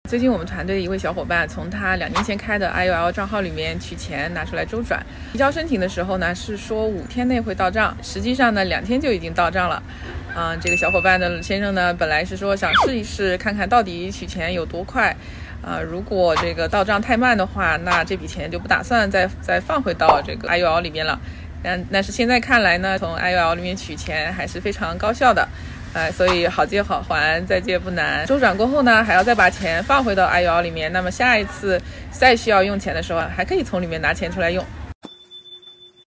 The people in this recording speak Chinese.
最近我们团队的一位小伙伴从他2年前开的 IOL 账号里面取钱拿出来周转，提交申请的时候呢是说5天内会到账，实际上呢2天就已经到账了。这个小伙伴的先生呢本来是说想试一试看看到底取钱有多快，如果这个到账太慢的话，那这笔钱就不打算再放回到这个 IOL 里面了。但是现在看来呢，从 IOL 里面取钱还是非常高效的。所以好借好还，再借不难。周转过后呢，还要再把钱放回到 IOL 里面，那么下一次再需要用钱的时候，还可以从里面拿钱出来用。